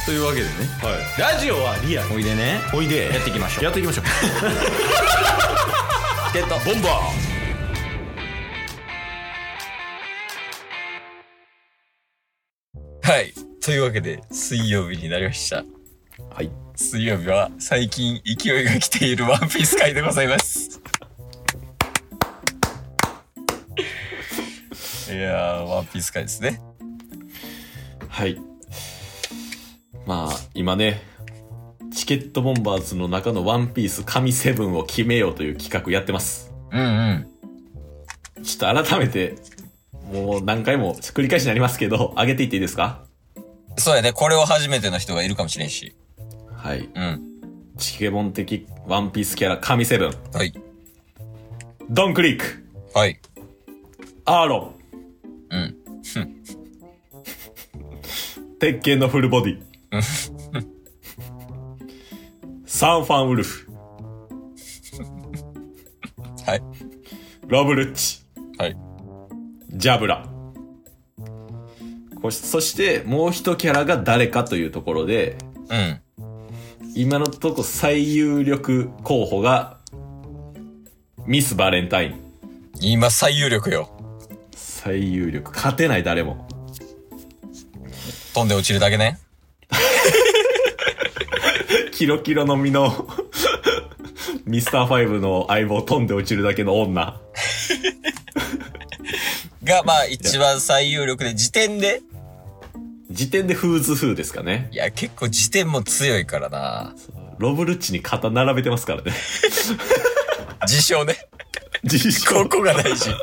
というわけでね、 はい、ラジオはリアル。 おいでね、 おいでやっていきましょう。 やっていきましょうゲットボンバはい。というわけで、水曜日になりました。 はい。 水曜日は最近勢いが来ているワンピース回でございます。いやー、ワンピース回ですね。 はい。まあ、今ね、チケットボンバーズの中のワンピース神セブンを決めようという企画やってます。 うんうん。 ちょっと改めて、もう何回も繰り返しになりますけど、上げていっていいですか？ そうやね。これを初めての人がいるかもしれんし。 はい。 うん。 チケボン的ワンピースキャラ神セブン。 はい。 ドンクリーク。 はい。 アーロン。 うん。 鉄拳のフルボディ。サンファンウルフ。 はい。 ロブルッチ。 はい。 ジャブラ。そしてもう一キャラが誰かというところで、 うん。 今のとこ最有力候補がミスバレンタイン。 今最有力よ。 最有力。勝てない誰も。 飛んで落ちるだけね。 キロキロの実のミスター5の相棒飛んで落ちるだけの女。 が、まあ一番最有力で、時点でフーズフーですかね。 いや、結構時点も強いからな。 ロブルッチに肩並べてますからね。 自称ね。 自称。 ここが大事。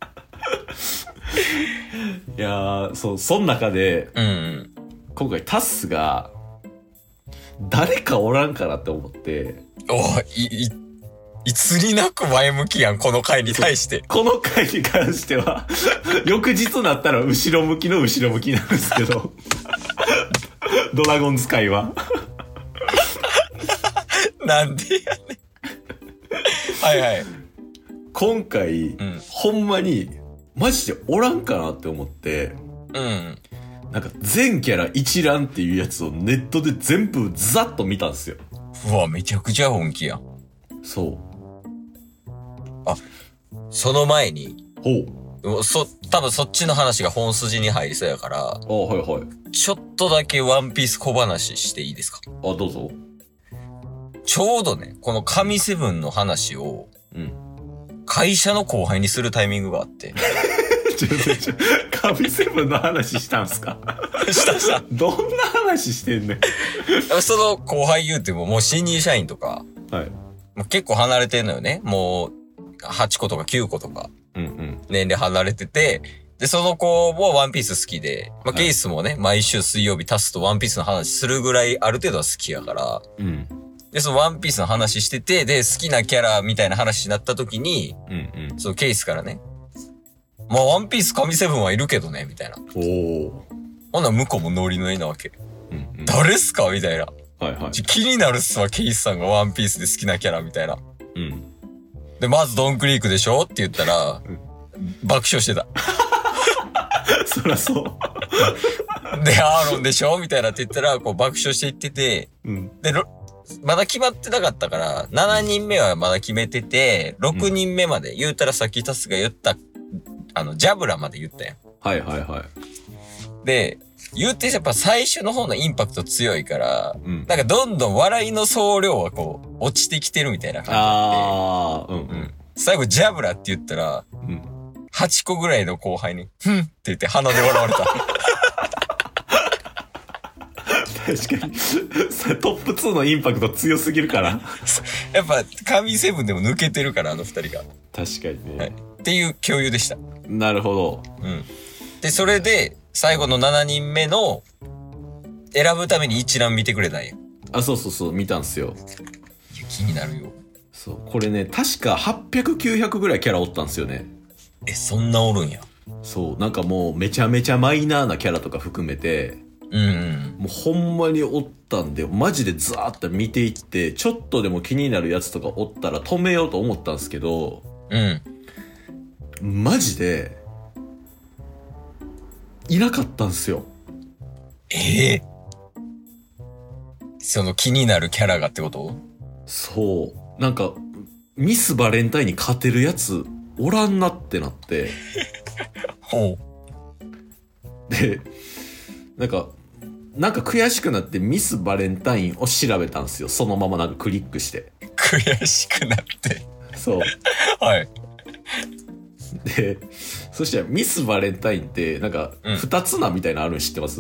いやー、その中で、 うん。 今回タスが、誰かおらんかなって思って、 いつになく前向きやん、この回に対して。 この回に関しては、翌日になったら後ろ向きの後ろ向きなんですけど、ドラゴンズ界は。 なんでやねん。はいはい。 今回、ほんまに、マジでおらんかなって思って、 うん。 なんか全キャラ一覧っていうやつをネットで全部ざっと見たんですよ。 うわ、めちゃくちゃ本気やん。 そう。 その前に、 ほう。 多分そっちの話が本筋に入りそうやから、 はいはい。 ちょっとだけワンピース小話していいですか？ どうぞ。 ちょうどね、この神セブンの話を、会社の後輩にするタイミングがあって。 神セブンの話したんすか？ した。 どんな話してんねん。 その後輩言うてももう新入社員とか、 はい。 もう結構離れてんのよね。もう、8個とか9個とか、年齢離れてて、で、その子もワンピース好きで、まあ、ケイスもね、毎週水曜日タスとワンピースの話するぐらいある程度は好きやから、で、そのワンピースの話してて、で、好きなキャラみたいな話になった時に、そのケイスからね、まあ、ワンピース神セブンはいるけどね、みたいな。ほんなら向こうもノリノリなわけ。誰っすかみたいな。気になるっすわ、ケイスさんがワンピースで好きなキャラみたいな。で、まずドンクリークでしょって言ったら、爆笑してた。 そらそう。 で、アーロンでしょみたいなって言ったら、こう爆笑していってて、で、まだ決まってなかったから、7人目はまだ決めてて、6人目まで、言うたらさっきタスが言った、ジャブラまで言ったやん。で、言うてやっぱ最初の方のインパクト強いから、なんかどんどん笑いの総量はこう、落ちてきてるみたいな感じで。最後、ジャブラって言ったら、8個ぐらいの後輩に、ふんって言って鼻で笑われた。 確かに。トップ2のインパクト強すぎるから。 やっぱ、神セブンでも抜けてるから、あの二人が。 確かにね。 はい。っていう共有でした。 なるほど。 で、それで、最後の7人目の、選ぶために一覧見てくれたんよ。 そう、見たんすよ。 いや、気になるよ。 そう、これね、確か800、900ぐらいキャラおったんすよね。 そんなおるんや。 そう、なんかもうめちゃめちゃマイナーなキャラとか含めて、もうほんまにおったんで、マジでザーって見ていって、ちょっとでも気になるやつとかおったら止めようと思ったんすけど、マジで、いなかったんすよ。 その気になるキャラがってこと？ そう。なんか、ミスバレンタインに勝てるやつおらんなってなって。 ほう。で、なんか悔しくなってミスバレンタインを調べたんですよ。そのままなんかクリックして。 悔しくなって。 そう。 はい。 で、そしたらミスバレンタインってなんか二つ名みたいなのあるの知ってます？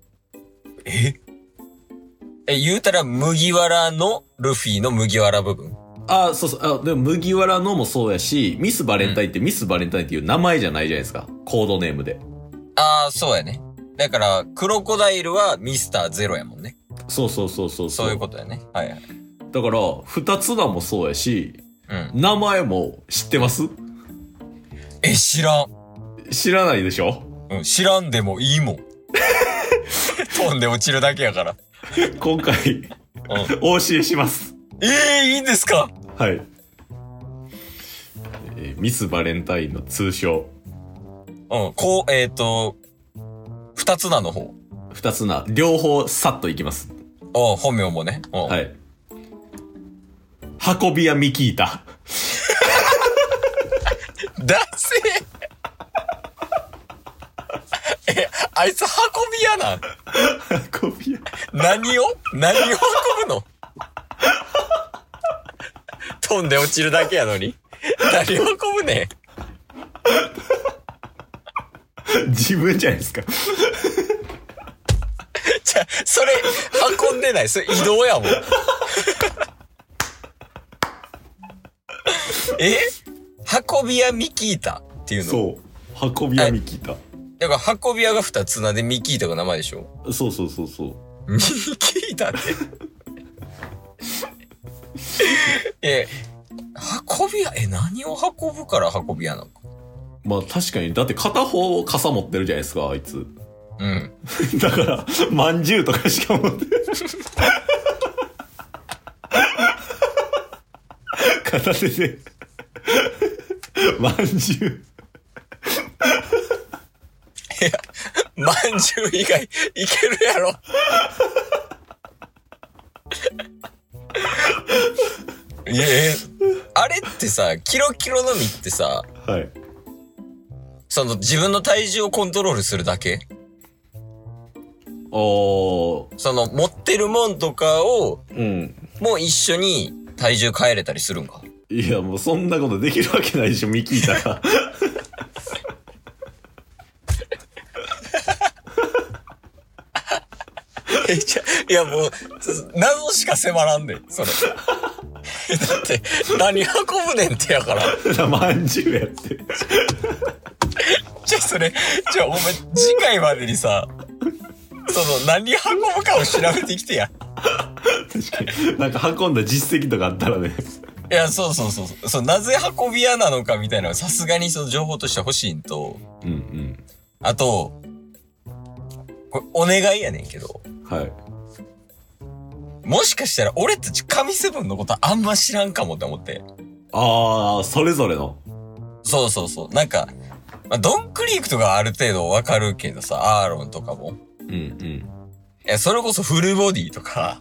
言うたら麦わらのルフィの麦わら部分。 あ、そうそう。でも麦わらのもそうやし、ミスバレンタインってミスバレンタインっていう名前じゃないじゃないですか。コードネームで。 ああ、そうやね。だから、クロコダイルはミスターゼロやもんね。 そう。そういうことやね。はいはい。 だから、二つ名もそうやし、 うん。 名前も知ってます？ 知らん。 知らないでしょ？ うん、知らんでもいいもん。飛んで落ちるだけやから。 今回、お教えします。 いいんですか？ はい。ミスバレンタインの通称。 二つ名の方。 二つ名。両方さっといきます。 本名もね。 はい。運び屋ミキータ。 だせあいつ運び屋なん？ 運び屋。 何を運ぶの？飛んで落ちるだけやのに何運ぶねん。 自分じゃないですか。 それ運んでない。それ移動やもん。運び屋ミキータっていうの？ そう。運び屋ミキータ。 だから運び屋が二つ名でミキータが名前でしょ？ そう。 ミキータって。運び屋、何を運ぶから運び屋なのか。 まあ確かに、だって片方傘持ってるじゃないですか、あいつ。 うん。 だから、まんじゅうとかしか持ってない。片手で、まんじゅう。 いや、まんじゅう以外いけるやろ。あれってさ、キロキロのみってさ、 はい。 その自分の体重をコントロールするだけ？その持ってるもんとかを、もう一緒に体重変えれたりするんか？ いや、もうそんなことできるわけないでしょ、ミキータが。 いやもう、謎しか迫らんで、それ。だって、何運ぶねんってやから。 まんじゅうやって。 それ、お前、次回までにさ、何運ぶかを調べてきてや。 確かに。なんか運んだ実績とかあったらね。 いや、そう。なぜ運び屋なのかみたいなのはさすがにその情報として欲しいんと、あと、これお願いやねんけど。 はい。 もしかしたら俺たち神セブンのことあんま知らんかもって思って。 それぞれの。 そう。なんか、ドンクリークとかある程度わかるけどさ、アーロンとかも。いや、それこそフルボディとか。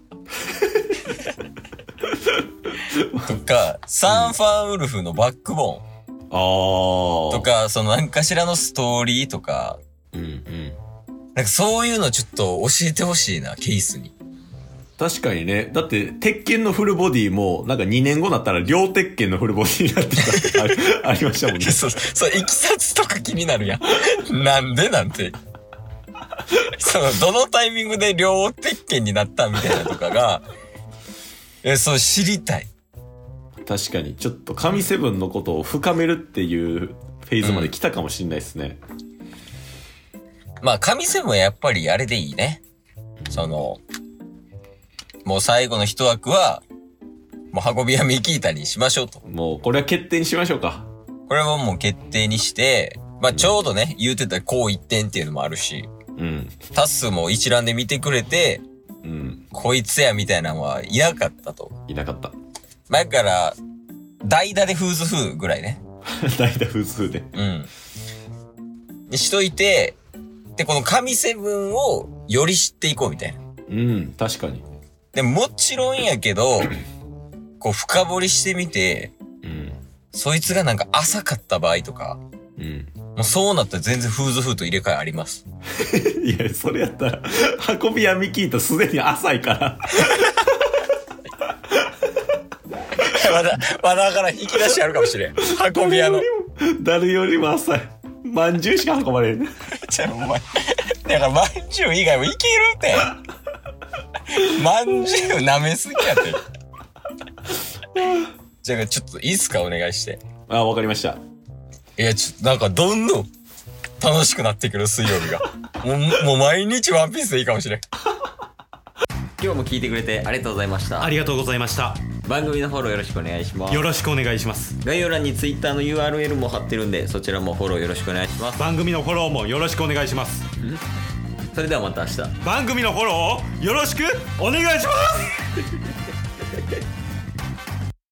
とか、サンファンウルフのバックボーン。とか、何かしらのストーリーとか。なんかそういうのちょっと教えてほしいな、ケースに。 確かにね。だって、鉄拳のフルボディも、なんか2年後になったら両鉄拳のフルボディになってたってありましたもんね。 そう、いきさつとか気になるやん。なんでなんて。どのタイミングで両鉄拳になったみたいなとかが、知りたい。 確かに、ちょっと神セブンのことを深めるっていうフェーズまで来たかもしれないですね。 まあ、神セブンはやっぱりあれでいいね。もう最後の一枠は、もう運び屋ミキータにしましょうと。 もう、これは決定にしましょうか。 これはもう決定にして、まあちょうどね、言うてたこう一点っていうのもあるし、タッスも一覧で見てくれて、こいつやみたいなのはいなかったと。 いなかった。 まあだから、代打でフーズフーぐらいね。 代打フーズフーで。 で、しといて、で、この神セブンをより知っていこうみたいな。 確かに。 でもちろんやけど、こう深掘りしてみて、そいつがなんか浅かった場合とか、もうそうなったら全然フーズフーと入れ替えあります。 いや、それやったら、運び屋ミキーとすでに浅いから。 まだから引き出しあるかもしれん。運び屋の。 誰よりも浅い。まんじゅうしか運ばれん。 じゃあお前、だからまんじゅう以外もいけるって。まんじゅう舐めすぎやって。じゃあちょっといいっすか、お願いして。 あ、わかりました。 いや、ちょっとなんかどんどん楽しくなってくる水曜日が。もう毎日ワンピースでいいかもしれん。今日も聞いてくれてありがとうございました。 ありがとうございました。 番組のフォローよろしくお願いします。 よろしくお願いします。 概要欄に Twitter の URL も貼ってるんで、そちらもフォローよろしくお願いします。 番組のフォローもよろしくお願いします。 それではまた明日。 番組のフォローをよろしくお願いします。